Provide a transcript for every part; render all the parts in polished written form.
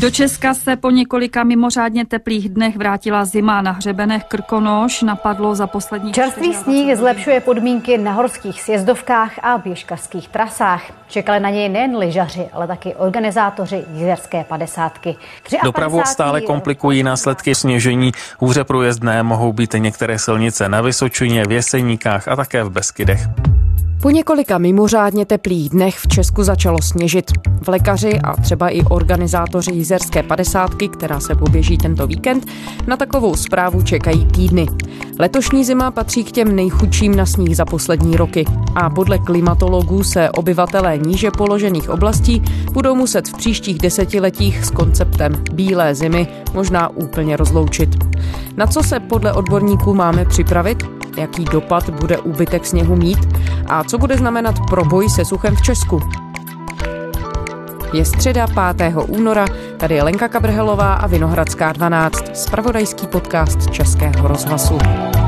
Do Česka se po několika mimořádně teplých dnech vrátila zima. Na hřebenech Krkonoš napadlo za poslední čerstvý sníh zlepšuje podmínky na horských sjezdovkách a běžkařských trasách. Čekali na něj nejen lyžaři, ale taky organizátoři Jizerské 50. Dopravu stále komplikují následky sněžení. Hůře průjezdné mohou být některé silnice na Vysočině, v Jeseníkách a také v Beskydech. Po několika mimořádně teplých dnech v Česku začalo sněžit. Vlekaři a třeba i organizátoři Jizerské 50, která se poběží tento víkend, na takovou zprávu čekají týdny. Letošní zima patří k těm nejchudším na sníh za poslední roky a podle klimatologů se obyvatelé níže položených oblastí budou muset v příštích desetiletích s konceptem bílé zimy možná úplně rozloučit. Na co se podle odborníků máme připravit? Jaký dopad bude úbytek sněhu mít a co bude znamenat pro boj se suchem v Česku. Je středa 5. února, tady je Lenka Kabrhelová a Vinohradská 12, zpravodajský podcast Českého rozhlasu.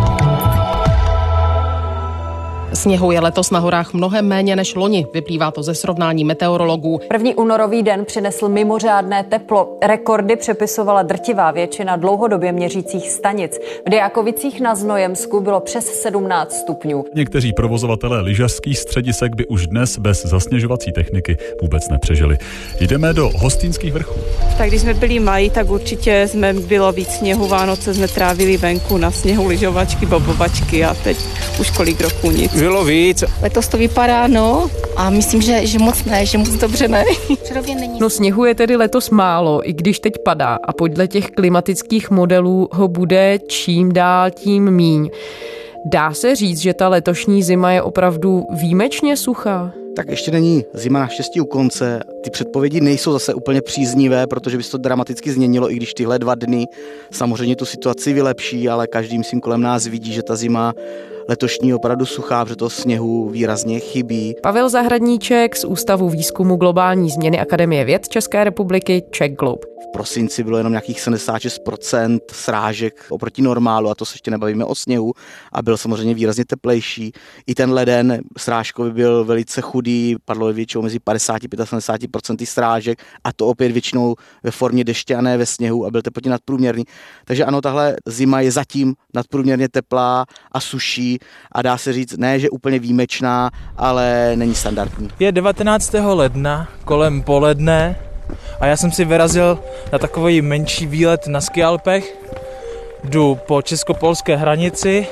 Sněhu je letos na horách mnohem méně než loni, vyplývá to ze srovnání meteorologů. První únorový den přinesl mimořádné teplo. Rekordy přepisovala drtivá většina dlouhodobě měřících stanic. V Dyákovicích na Znojemsku bylo přes 17 stupňů. Někteří provozovatelé lyžařských středisek by už dnes bez zasněžovací techniky vůbec nepřežili. Jdeme do Hostýnských vrchů. Tak když jsme byli malí, tak určitě bylo víc sněhu. Vánoce jsme trávili venku na sněhu, lyžovačky, bobovačky a teď už kolik roků nic. Bylo víc. Letos to vypadá, a myslím, že moc ne, že moc dobře ne. No sněhu je tedy letos málo, i když teď padá a podle těch klimatických modelů ho bude čím dál tím míň. Dá se říct, že ta letošní zima je opravdu výjimečně suchá? Tak ještě není zima naštěstí u konce. Ty předpovědi nejsou zase úplně příznivé, protože by se to dramaticky změnilo, i když tyhle 2 dny samozřejmě tu situaci vylepší, ale každým svým kolem nás vidí, že ta zima letošní opravdu suchá, protože toho sněhu výrazně chybí. Pavel Zahradníček z Ústavu výzkumu globální změny Akademie věd České republiky Czech Globe. V prosinci bylo jenom nějakých 76% srážek oproti normálu, a to se ještě nebavíme o sněhu, a byl samozřejmě výrazně teplejší. I ten leden srážkový byl velice chudý, padlo většinou mezi 55 a 70% srážek, a to opět většinou ve formě deště a ne ve sněhu, a byl teplotně nadprůměrný. Takže ano, tahle zima je zatím nadprůměrně teplá a suší a dá se říct, ne, že úplně výjimečná, ale není standardní. Je 19. ledna kolem poledne a já jsem si vyrazil na takový menší výlet na Skialpech. Jdu po česko-polské hranici,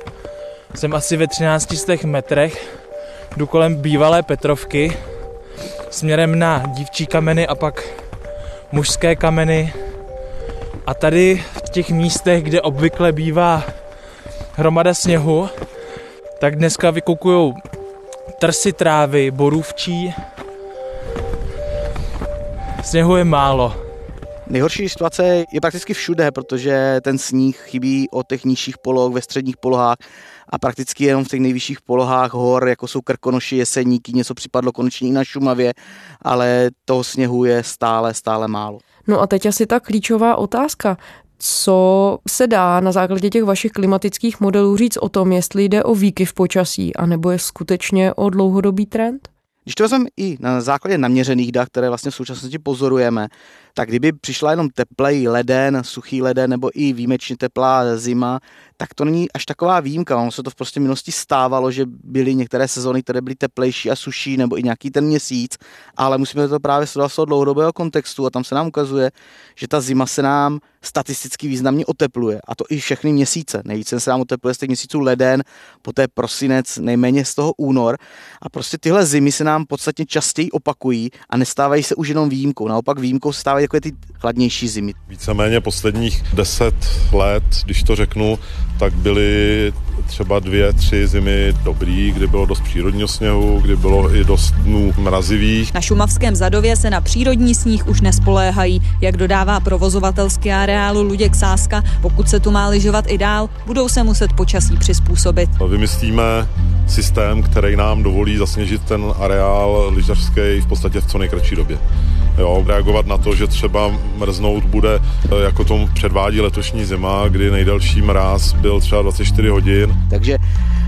jsem asi ve 1300 metrech, jdu kolem bývalé Petrovky směrem na Dívčí kameny a pak Mužské kameny. A tady v těch místech, kde obvykle bývá hromada sněhu, tak dneska vykukujou trsy trávy, borůvčí. Sněhu je málo. Nejhorší situace je prakticky všude, protože ten sníh chybí od těch nižších poloh, ve středních polohách a prakticky jenom v těch nejvyšších polohách hor, jako jsou Krkonoši, Jeseníky, něco připadlo konečně i na Šumavě, ale toho sněhu je stále málo. No a teď asi ta klíčová otázka. Co se dá na základě těch vašich klimatických modelů říct o tom, jestli jde o výkyv v počasí, anebo je skutečně o dlouhodobý trend? Když to vezmeme i na základě naměřených dat, které vlastně v současnosti pozorujeme, tak kdyby přišla jenom teplej leden, suchý leden nebo i výjimečně teplá zima, tak to není až taková výjimka. Ono se to v prostě minulosti stávalo, že byly některé sezóny, které byly teplejší a suší nebo i nějaký ten měsíc, ale musíme to právě sledovat z toho dlouhodobého kontextu a tam se nám ukazuje, že ta zima se nám statisticky významně otepluje, a to i všechny měsíce. Nejvíce se nám otepluje z těch měsíců leden, poté prosinec, nejméně z toho únor, a prostě tyhle zimy se nám podstatně častěji opakují a nestávají se už jenom výjimkou. Naopak výjimkou se stávají jako ty chladnější zimy. Víceméně posledních 10 let, když to řeknu, tak byly třeba 2-3 zimy dobrý, kdy bylo dost přírodního sněhu, kdy bylo i dost dnů mrazivých. Na šumavském Zadově se na přírodní sníh už nespoléhají, jak dodává provozovatelský areálu Luděk Sáska. Pokud se tu má lyžovat i dál, budou se muset počasí přizpůsobit. Vymyslíme systém, který nám dovolí zasněžit ten areál lyžařský v podstatě v co nejkratší době. Reagovat na to, že třeba mrznout bude, jako tomu předvádí letošní zima, kdy nejdelší mráz byl třeba 24 hodin. Takže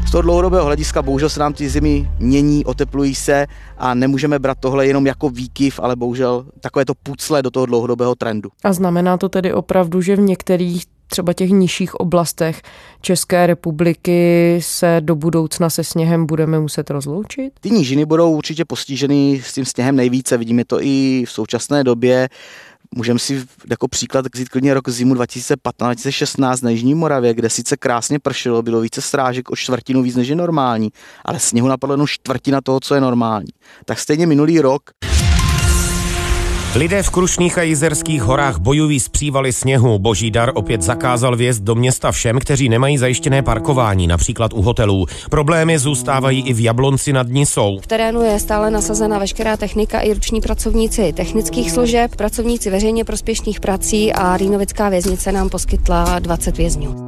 Z toho dlouhodobého hlediska bohužel se nám ty zimy mění, oteplují se a nemůžeme brát tohle jenom jako výkyv, ale bohužel takové to pucle do toho dlouhodobého trendu. A znamená to tedy opravdu, že v některých třeba těch nižších oblastech České republiky se do budoucna se sněhem budeme muset rozloučit? Ty nížiny budou určitě postiženy s tím sněhem nejvíce, vidíme to i v současné době. Můžeme si jako příklad vzít klidně rok zimu 2015-2016 na Jižní Moravě, kde sice krásně pršelo, bylo více srážek o čtvrtinu víc než je normální, ale sněhu napadlo jenom čtvrtina toho, co je normální. Tak stejně minulý rok. Lidé v Krušných a Jizerských horách bojují s přívaly sněhu. Boží dar opět zakázal vjezd do města všem, kteří nemají zajištěné parkování, například u hotelů. Problémy zůstávají i v Jablonci nad Nisou. V terénu je stále nasazena veškerá technika i ruční pracovníci technických služeb, pracovníci veřejně prospěšných prací a Rýnovická věznice nám poskytla 20 vězňů.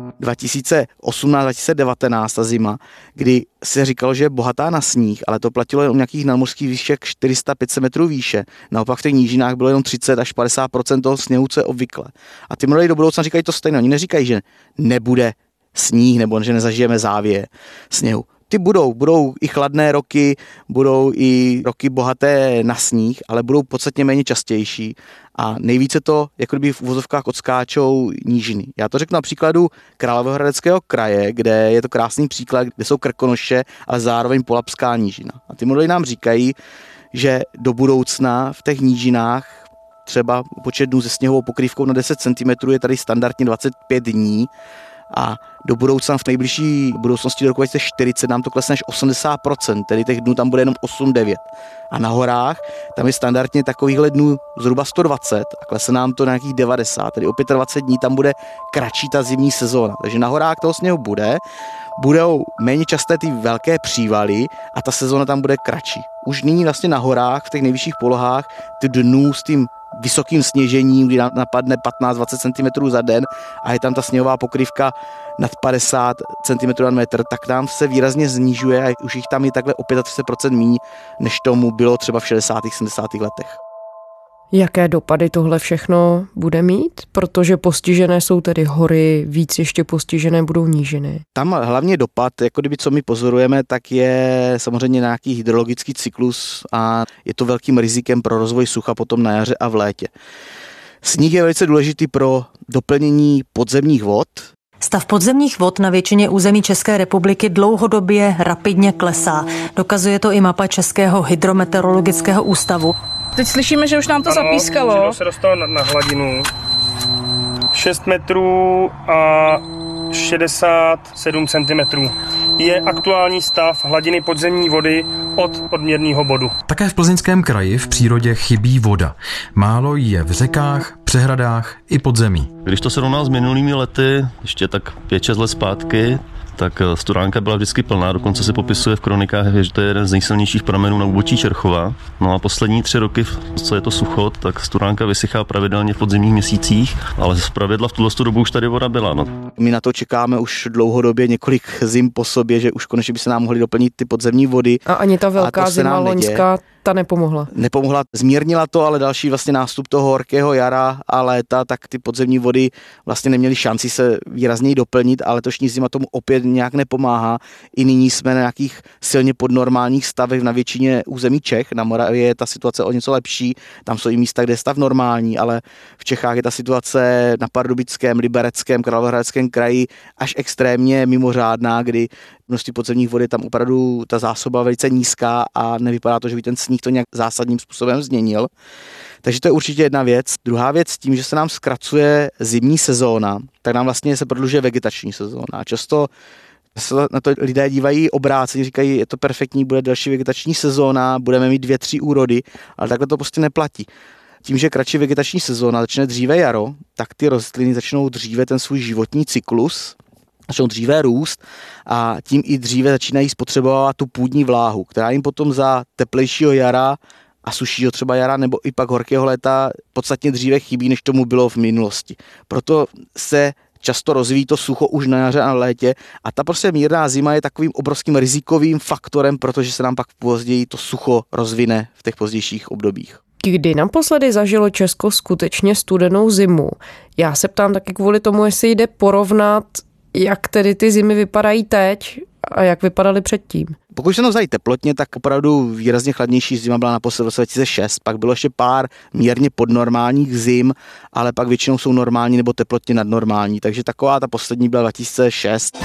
2018-2019 ta zima, kdy se říkalo, že je bohatá na sníh, ale to platilo jen u nějakých nadmořských výšek 400-500 metrů výše. Naopak v těch nížinách bylo jenom 30 až 50% toho sněhu, co je obvykle. A ty modely do budoucna říkají to stejné. Oni neříkají, že nebude sníh nebo že nezažijeme závěje sněhu. Ty budou i chladné roky, budou i roky bohaté na sníh, ale budou podstatně méně častější a nejvíce to jako kdyby v uvozovkách odskáčou nížiny. Já to řeknu na příkladu Královéhradeckého kraje, kde je to krásný příklad, kde jsou Krkonoše, ale zároveň Polabská nížina. A ty modely nám říkají, že do budoucna v těch nížinách třeba počet dnů se sněhovou pokrývkou na 10 cm je tady standardně 25 dní, a do budoucna v nejbližší budoucnosti do roku 2040 nám to klesne až 80%, tedy těch dnů tam bude jenom 8-9. A na horách tam je standardně takovýchhle dnů zhruba 120 a klesne nám to na nějakých 90, tedy o 25 dní tam bude kratší ta zimní sezóna. Takže na horách toho sněhu budou méně časté ty velké přívaly a ta sezóna tam bude kratší. Už nyní vlastně na horách, v těch nejvyšších polohách, ty dnů s tím vysokým sněžením, kdy napadne 15-20 cm za den a je tam ta sněhová pokrývka nad 50 cm na metr, tak nám se výrazně snižuje a už jich tam je takhle o 35% míň, než tomu bylo třeba v 60. 70. letech. Jaké dopady tohle všechno bude mít? Protože postižené jsou tedy hory, víc ještě postižené budou nížiny. Tam hlavně dopad, jako kdyby co my pozorujeme, tak je samozřejmě nějaký hydrologický cyklus a je to velkým rizikem pro rozvoj sucha potom na jaře a v létě. Sníh je velice důležitý pro doplnění podzemních vod. Stav podzemních vod na většině území České republiky dlouhodobě rapidně klesá. Dokazuje to i mapa Českého hydrometeorologického ústavu. Teď slyšíme, že už nám to zapískalo. Se dostal na hladinu 6 metrů a 67 cm. Je aktuální stav hladiny podzemní vody od odměrného bodu. Také v Plzeňském kraji v přírodě chybí voda. Málo je v řekách, přehradách i podzemí. Když to srovnal s minulými lety, ještě tak 5-6 let zpátky, tak Studánka byla vždycky plná, dokonce se popisuje v kronikách, že to je jeden z nejsilnějších pramenů na úbočí Čerchova. No a poslední 3 roky, co je to sucho, tak Studánka vysychá pravidelně v podzimních měsících, ale zpravidla v tuhle dobu už tady voda byla. No. My na to čekáme už dlouhodobě několik zim po sobě, že už konečně by se nám mohly doplnit ty podzemní vody. A ani ta velká zima loňská, ta nepomohla. Nepomohla, zmírnila to, ale další vlastně nástup toho horkého jara a léta, tak ty podzemní vody vlastně neměly šanci se výrazněji doplnit, ale letošní zima tomu opět nějak nepomáhá. I nyní jsme na nějakých silně podnormálních stavech na většině území Čech. Na Moravě je ta situace o něco lepší, tam jsou i místa, kde je stav normální, ale v Čechách je ta situace na Pardubickém, Libereckém, Královéhradeckém kraji až extrémně mimořádná, kdy množství podzemních vod je tam opravdu ta zásoba velice nízká a nevypadá to, že by ten sníh to nějak zásadním způsobem změnil. Takže to je určitě jedna věc. Druhá věc, tím, že se nám zkracuje zimní sezóna, tak nám vlastně se prodlužuje vegetační sezóna. Často se na to lidé dívají obráceně, říkají, je to perfektní, bude další vegetační sezóna, budeme mít 2-3 úrody, ale takhle to prostě neplatí. Tím, že kratší vegetační sezóna začne dříve jaro, tak ty rostliny začnou dříve ten svůj životní cyklus, začnou dříve růst a tím i dříve začínají spotřebovávat tu půdní vláhu, která jim potom za teplejšího jara a sušího třeba jara nebo i pak horkého léta podstatně dříve chybí, než tomu bylo v minulosti. Proto se často rozvíjí to sucho už na jaře a na létě a ta prostě mírná zima je takovým obrovským rizikovým faktorem, protože se nám pak později to sucho rozvine v těch pozdějších obdobích. Kdy naposledy zažilo Česko skutečně studenou zimu? Já se ptám taky kvůli tomu, jestli jde porovnat, jak tedy ty zimy vypadají teď a jak vypadaly předtím? Pokud se to vzali teplotně, tak opravdu výrazně chladnější zima byla naposled v roce 2006, pak bylo ještě pár mírně podnormálních zim, ale pak většinou jsou normální nebo teplotně nadnormální, takže taková ta poslední byla 2006.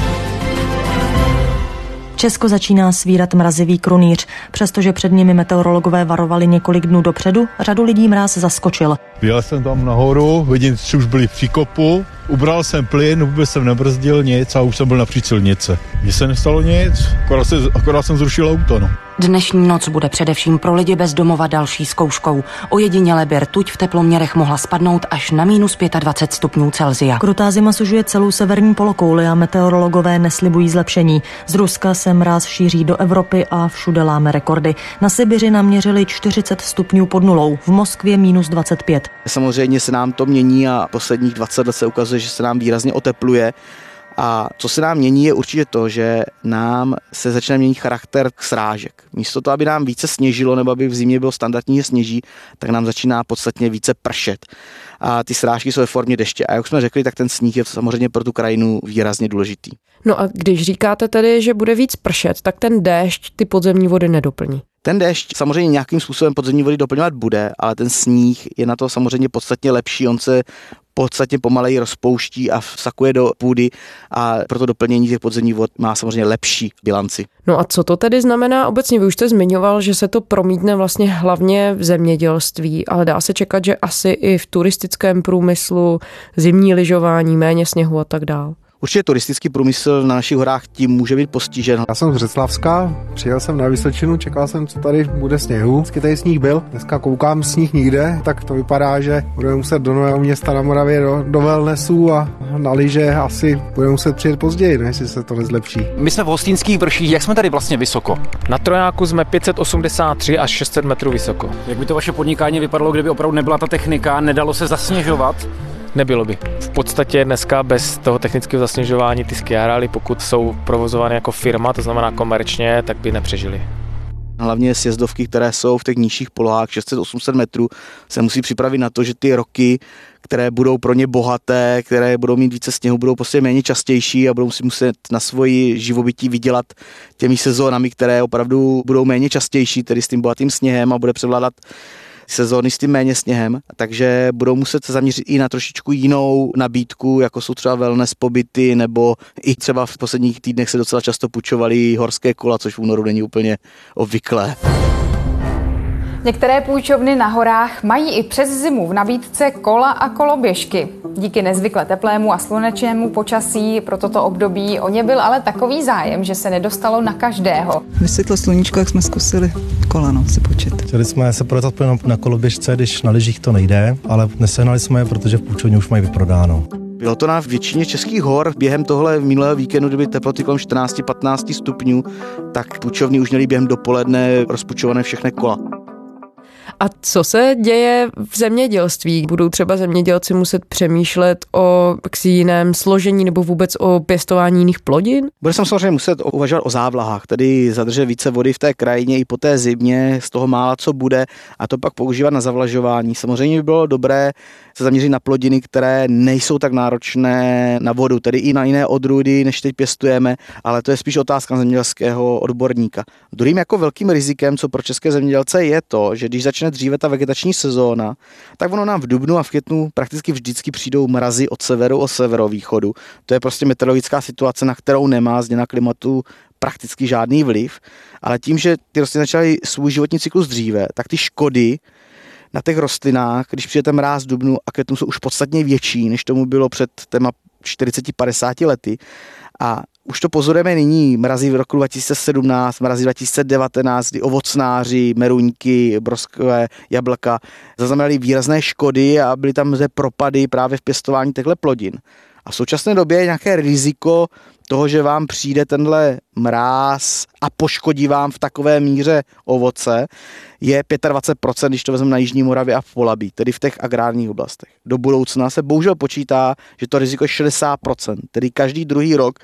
Česko začíná svírat mrazivý krunýř. Přestože před nimi meteorologové varovali několik dnů dopředu, řadu lidí mráz zaskočil. Jel jsem tam nahoru, vidím, že už byli v příkopu, ubral jsem plyn, vůbec jsem nebrzdil nic a už jsem byl na silnice. Mně se nestalo nic, akorát jsem zrušil auto. No. Dnešní noc bude především pro lidi bez domova další zkouškou. Ojediněle by rtuť v teploměrech mohla spadnout až na -25 stupňů Celsia. Krutá zima sužuje celou severní polokouli a meteorologové neslibují zlepšení. Z Ruska se mráz šíří do Evropy a všude láme rekordy. Na Sibiři naměřili 40 stupňů pod nulou, v Moskvě -25. Samozřejmě se nám to mění a posledních 20 let se ukazuje, že se nám výrazně otepluje. A co se nám mění, je určitě to, že nám se začne měnit charakter srážek. Místo toho, aby nám více sněžilo, nebo aby v zimě bylo standardní, že sněží, tak nám začíná podstatně více pršet. A ty srážky jsou ve formě deště. A jak jsme řekli, tak ten sníh je samozřejmě pro tu krajinu výrazně důležitý. No a když říkáte tedy, že bude víc pršet, tak ten déšť ty podzemní vody nedoplní. Ten déšť samozřejmě nějakým způsobem podzemní vody doplňovat bude, ale ten sníh je na to samozřejmě podstatně lepší. On se podstatně pomaleji rozpouští a vsakuje do půdy a proto doplnění těch podzemních vod má samozřejmě lepší bilanci. No a co to tedy znamená obecně? Vy už jste zmiňoval, že se to promítne vlastně hlavně v zemědělství, ale dá se čekat, že asi i v turistickém průmyslu, zimní lyžování, méně sněhu a tak dál. Určitě turistický průmysl na našich horách tím může být postižen. Já jsem z Břeclavska, přijel jsem na Vysočinu, čekal jsem, co tady bude sněhu. Vždycky tady sníh byl, dneska koukám sníh nikde, tak to vypadá, že budeme muset do Nového Města na Moravě do wellnessu a na lyže asi budeme muset přijet později, jestli se to nezlepší. My jsme v Hostýnských vrších, jak jsme tady vlastně vysoko? Na Trojáku jsme 583 až 600 metrů vysoko. Jak by to vaše podnikání vypadalo, kdyby opravdu nebyla ta technika, nedalo se zasněžovat? Nebylo by. V podstatě dneska bez toho technického zasněžování ty skiareály, pokud jsou provozovány jako firma, to znamená komerčně, tak by nepřežili. Hlavně sjezdovky, které jsou v těch nižších polohách 600-800 metrů, se musí připravit na to, že ty roky, které budou pro ně bohaté, které budou mít více sněhu, budou prostě méně častější a budou si muset na svoji živobytí vydělat těmi sezónami, které opravdu budou méně častější, tedy s tím bohatým sněhem a bude převládat sezóny s tím méně sněhem, takže budou muset se zaměřit i na trošičku jinou nabídku, jako jsou třeba wellness pobyty, nebo i třeba v posledních týdnech se docela často půjčovaly horské kola, což v únoru není úplně obvyklé. Některé půjčovny na horách mají i přes zimu v nabídce kola a koloběžky. Díky nezvykle teplému a slunečnému počasí pro toto období o ně byl ale takový zájem, že se nedostalo na každého. Vysvětlo sluníčko, jak jsme zkusili kola, si počet. Chtěli jsme se projet na koloběžce, když na lyžích to nejde, ale nesehnali jsme je, protože v půjčovně už mají vyprodáno. Bylo to na většině českých hor během tohle minulého víkendu, kdyby teploty kolem 14-15 stupňů, tak půjčovny už měly během dopoledne rozpůjčované všechny kola. A co se děje v zemědělství? Budou třeba zemědělci muset přemýšlet o jiném složení nebo vůbec o pěstování jiných plodin? Bude se samozřejmě muset uvažovat o závlahách, tedy zadržet více vody v té krajině i po té zimě, z toho mála, co bude, a to pak používat na zavlažování. Samozřejmě by bylo dobré se zaměřit na plodiny, které nejsou tak náročné na vodu, tedy i na jiné odrůdy, než teď pěstujeme, ale to je spíš otázka zemědělského odborníka. Druhým jako velkým rizikem, co pro české zemědělce, je to, že když začne dříve ta vegetační sezóna, tak ono nám v dubnu a v květnu prakticky vždycky přijdou mrazy od severu, od severovýchodu. To je prostě meteorologická situace, na kterou nemá změna klimatu prakticky žádný vliv, ale tím, že ty rostliny začaly svůj životní cyklus dříve, tak ty škody na těch rostlinách, když přijde ten mráz v dubnu a květnu, jsou už podstatně větší, než tomu bylo před téma 40-50 lety. A už to pozorujeme nyní, mrazy v roku 2017, mrazy 2019, kdy ovocnáři, meruňky, broskové jablka zaznamenali výrazné škody a byly tam propady právě v pěstování těchto plodin. A v současné době je nějaké riziko toho, že vám přijde tenhle mráz a poškodí vám v takové míře ovoce, je 25%, když to vezmeme na Jižní Moravě a v Polabí, tedy v těch agrárních oblastech. Do budoucna se bohužel počítá, že to riziko je 60%, tedy každý druhý rok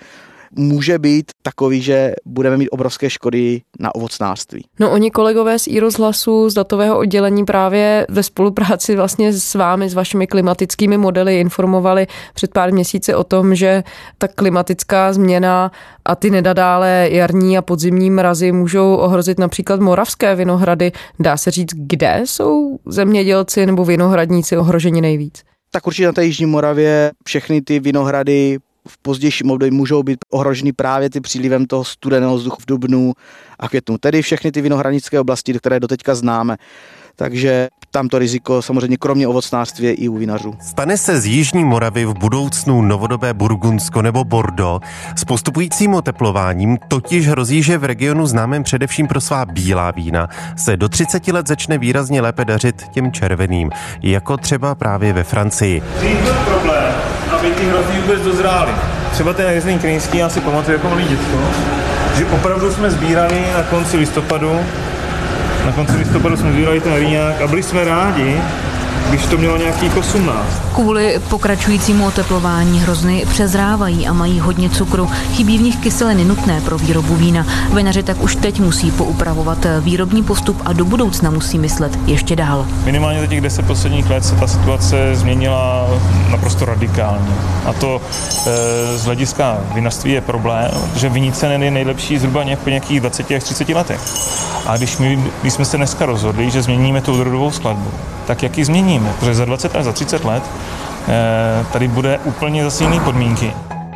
může být takový, že budeme mít obrovské škody na ovocnářství. No oni kolegové z iRozhlasu, z datového oddělení právě ve spolupráci vlastně s vámi, s vašimi klimatickými modely informovali před pár měsíci o tom, že ta klimatická změna a ty nenadále jarní a podzimní mrazy můžou ohrozit například moravské vinohrady. Dá se říct, kde jsou zemědělci nebo vinohradníci ohroženi nejvíc? Tak určitě na té jižní Moravě všechny ty vinohrady v pozdějším období můžou být ohroženy právě ty přílivem toho studeného vzduchu v dubnu a květnu. Tedy všechny ty vinohradnické oblasti, které doteďka známe. Takže tam to riziko samozřejmě kromě ovocnářství je i u vinařů. Stane se z jižní Moravy v budoucnu novodobé Burgundsko nebo Bordeaux. S postupujícím oteplováním totiž hrozí, že v regionu známém především pro svá bílá vína se do 30 let začne výrazně lépe dařit těm červeným, jako třeba právě ve Francii. Byl problém, aby ty hrozny vůbec dozrály. Třeba ten Riesling krýnský, já si pamatuju jako malý děcko, že opravdu jsme sbírali na konci listopadu jsme sbírali ten rýňák a byli jsme rádi, když to mělo nějakých 18. Kvůli pokračujícímu oteplování hrozny přezrávají a mají hodně cukru. Chybí v nich kyseliny nutné pro výrobu vína. Vinaři tak už teď musí poupravovat výrobní postup a do budoucna musí myslet ještě dál. Minimálně za těch 10 posledních let se ta situace změnila naprosto radikálně. A to z hlediska vinařství je problém, že vinice je nejlepší zhruba po nějakých 20 až 30 letech. A když jsme se dneska rozhodli, že změníme tu odrodovou skladbu, tak jak ji změníme? Protože za 20 až za 30 let tady bude úplně zase jiné podmínky.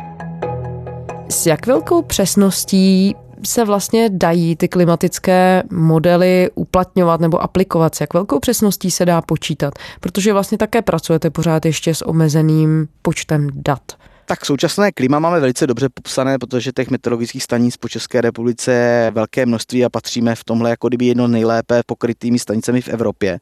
S jak velkou přesností se vlastně dají ty klimatické modely uplatňovat nebo aplikovat? S jak velkou přesností se dá počítat? Protože vlastně také pracujete pořád ještě s omezeným počtem dat. Tak současné klima máme velice dobře popsané, protože těch meteorologických stanic po České republice je velké množství a patříme v tomhle jako kdyby jedno nejlépe pokrytými stanicemi v Evropě.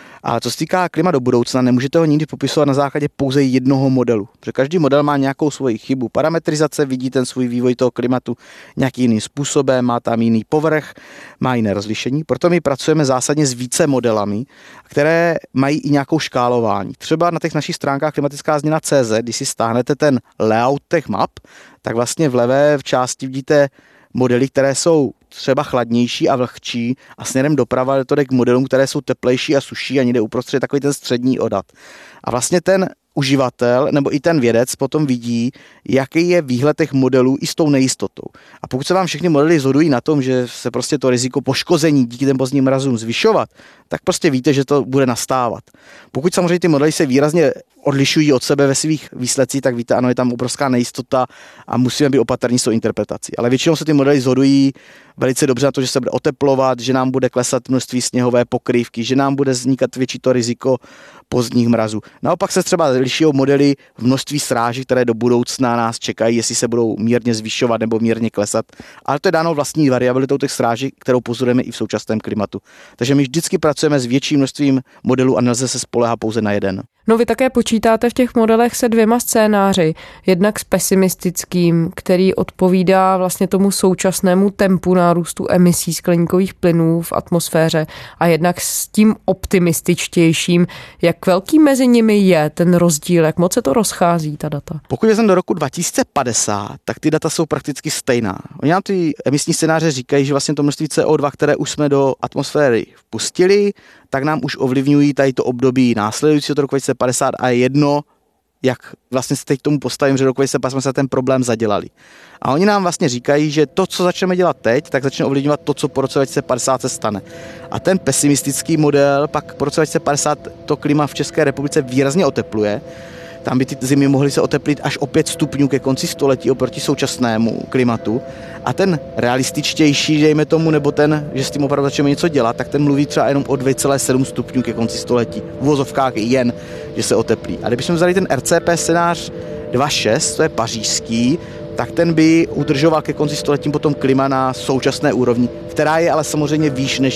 A co se týká klima do budoucna, nemůžete ho nikdy popisovat na základě pouze jednoho modelu. Protože každý model má nějakou svoji chybu parametrizace, vidí ten svůj vývoj toho klimatu nějakým jiným způsobem, má tam jiný povrch, má jiné rozlišení. Proto my pracujeme zásadně s více modelami, které mají i nějakou škálování. Třeba na těch našich stránkách klimatická změna.cz, když si stáhnete ten layout těch map, tak vlastně v levé části vidíte modely, které jsou třeba chladnější a vlhčí a směrem doprava to jde k modelům, které jsou teplejší a suší a někde uprostřed takový ten střední odhad. A vlastně ten uživatel nebo i ten vědec potom vidí, jaký je výhled těch modelů i s tou nejistotou. A pokud se vám všechny modely shodují na tom, že se prostě to riziko poškození díky těm pozdním mrazům zvyšovat, tak prostě víte, že to bude nastávat. Pokud samozřejmě ty modely se výrazně odlišují od sebe ve svých výsledcích, tak víte, ano, je tam obrovská nejistota a musíme být opatrní s tou interpretací. Ale většinou se ty modely shodují velice dobře na to, že se bude oteplovat, že nám bude klesat množství sněhové pokrývky, že nám bude vznikat větší to riziko pozdních mrazů. Naopak se třeba liší modely v množství sráží, které do budoucna nás čekají, jestli se budou mírně zvyšovat nebo mírně klesat. Ale to je dáno vlastní variabilitou těch sráží, kterou pozorujeme i v současném klimatu. Takže my vždycky pracujeme s větším množstvím modelů a nelze se spoléhat pouze na jeden. No vy také počítáte v těch modelech se dvěma scénáři. Jednak s pesimistickým, který odpovídá vlastně tomu současnému tempu nárůstu emisí skleníkových plynů v atmosféře a jednak s tím optimističtějším. Jak velký mezi nimi je ten rozdíl, jak moc se to rozchází, ta data? Pokud vezmeme do roku 2050, tak ty data jsou prakticky stejná. Oni nám ty emisní scénáře říkají, že vlastně to množství CO2, které už jsme do atmosféry vpustili, tak nám už ovlivňují tady to období následující od roku 2050 a je jedno, jak vlastně se teď k tomu postavím, že do roku 2050 jsme se ten problém zadělali. A oni nám vlastně říkají, že to, co začneme dělat teď, tak začne ovlivňovat to, co po roce 2050 se stane. A ten pesimistický model pak po roce 2050 to klima v České republice výrazně otepluje. Tam by ty zimy mohly se oteplit až o 5 stupňů ke konci století oproti současnému klimatu. A ten realističtější, dejme tomu, nebo ten, že s tím opravdu začneme něco dělat, tak ten mluví třeba jenom o 2,7 stupňů ke konci století. V uvozovkách jen, že se oteplí. A kdybychom vzali ten RCP scénář 2.6, to je pařížský, tak ten by udržoval ke konci století potom klima na současné úrovni, která je ale samozřejmě výš než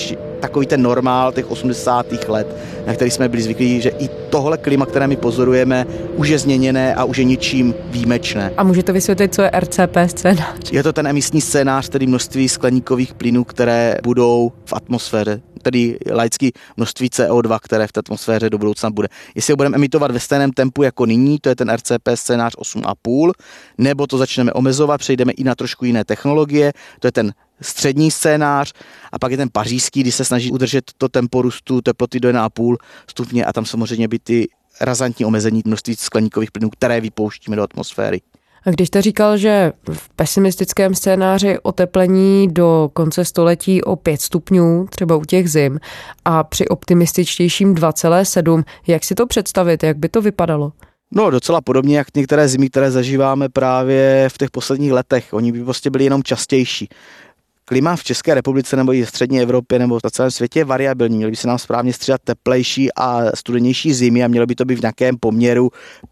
takový ten normál těch 80. let, na který jsme byli zvyklí, že i tohle klima, které my pozorujeme, už je změněné a už je ničím výjimečné. A můžete vysvětlit, co je RCP scénář? Je to ten emisní scénář, tedy množství skleníkových plynů, které budou v atmosféře, tedy laicky množství CO2, které v té atmosféře do budoucna bude. Jestli ho budeme emitovat ve stejném tempu jako nyní, to je ten RCP scénář 8,5, nebo to začneme omezovat, přejdeme i na trošku jiné technologie, to je ten střední scénář, a pak je ten pařížský, kdy se snaží udržet to tempo růstu teploty do 1,5 stupně a tam samozřejmě by ty razantní omezení množství skleníkových plynů, které vypouštíme do atmosféry. A když jste říkal, že v pesimistickém scénáři oteplení do konce století o 5 stupňů, třeba u těch zim, a při optimističtějším 2,7, jak si to představit, jak by to vypadalo? No, docela podobně, jak některé zimy, které zažíváme právě v těch posledních letech. Oni by prostě byli jenom častější. Klima v České republice nebo i v střední Evropě nebo na celém světě je variabilní. Měly by se nám správně střídat teplejší a studenější zimy a mělo by to být v nějakém poměru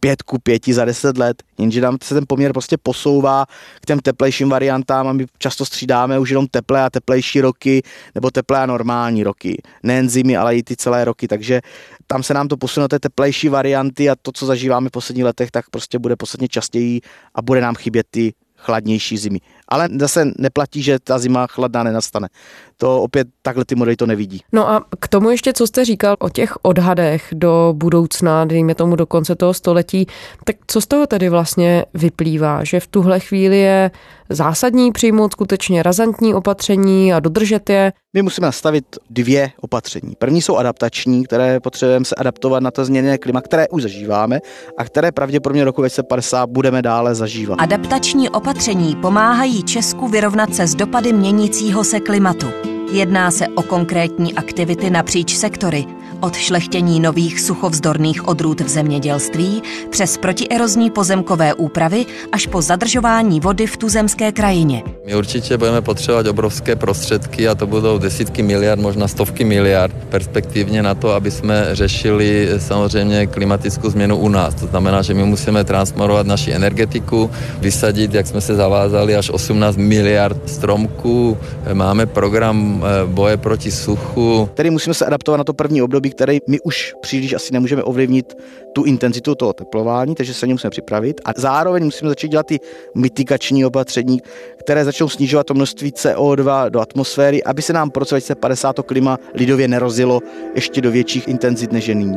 5:5 za 10 let. Jenže nám se ten poměr prostě posouvá k těm teplejším variantám a my často střídáme už jenom teplé a teplejší roky nebo teplé a normální roky. Nejen zimy, ale i ty celé roky. Takže tam se nám to posune té teplejší varianty a to, co zažíváme v posledních letech, tak prostě bude podstatně častěji a bude nám chybět ty chladnější zimy. Ale zase neplatí, že ta zima chladná nenastane. To opět takhle ty modely to nevidí. No a k tomu ještě, co jste říkal o těch odhadech do budoucna, dejme tomu do konce toho století, tak co z toho tedy vlastně vyplývá? Že v tuhle chvíli je zásadní přijmout skutečně razantní opatření a dodržet je? My musíme nastavit 2 opatření. První jsou adaptační, které potřebujeme se adaptovat na to změněné klima, které už zažíváme a které pravděpodobně roku 2050 budeme dále zažívat. Adaptační opatření pomáhají Česku vyrovnat se s dopady měnícího se klimatu. Jedná se o konkrétní aktivity napříč sektory, od šlechtění nových suchovzdorných odrůd v zemědělství přes protierozní pozemkové úpravy až po zadržování vody v tuzemské krajině. My určitě budeme potřebovat obrovské prostředky a to budou desítky miliard, možná stovky miliard perspektivně na to, aby jsme řešili samozřejmě klimatickou změnu u nás. To znamená, že my musíme transformovat naši energetiku, vysadit, jak jsme se zavázali, až 18 miliard stromků. Máme program boje proti suchu. Tedy musíme se adaptovat na to první období, které my už příliš asi nemůžeme ovlivnit tu intenzitu toho teplování, takže se na ně musíme připravit. A zároveň musíme začít dělat ty mitigační opatření, které začnou snižovat to množství CO2 do atmosféry, aby se nám po roce 2050 to klima lidově nerozjelo ještě do větších intenzit než je nyní.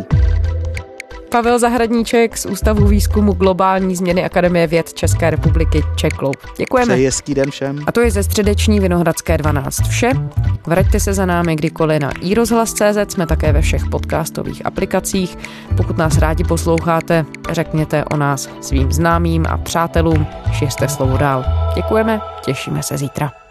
Pavel Zahradníček z Ústavu výzkumu globální změny Akademie věd České republiky Čeklou. Děkujeme. Přeji hezký den všem. A to je ze středeční Vinohradské 12 vše. Vraťte se za námi kdykoliv na iRozhlas.cz, jsme také ve všech podcastových aplikacích. Pokud nás rádi posloucháte, řekněte o nás svým známým a přátelům, šiřte slovo dál. Děkujeme, těšíme se zítra.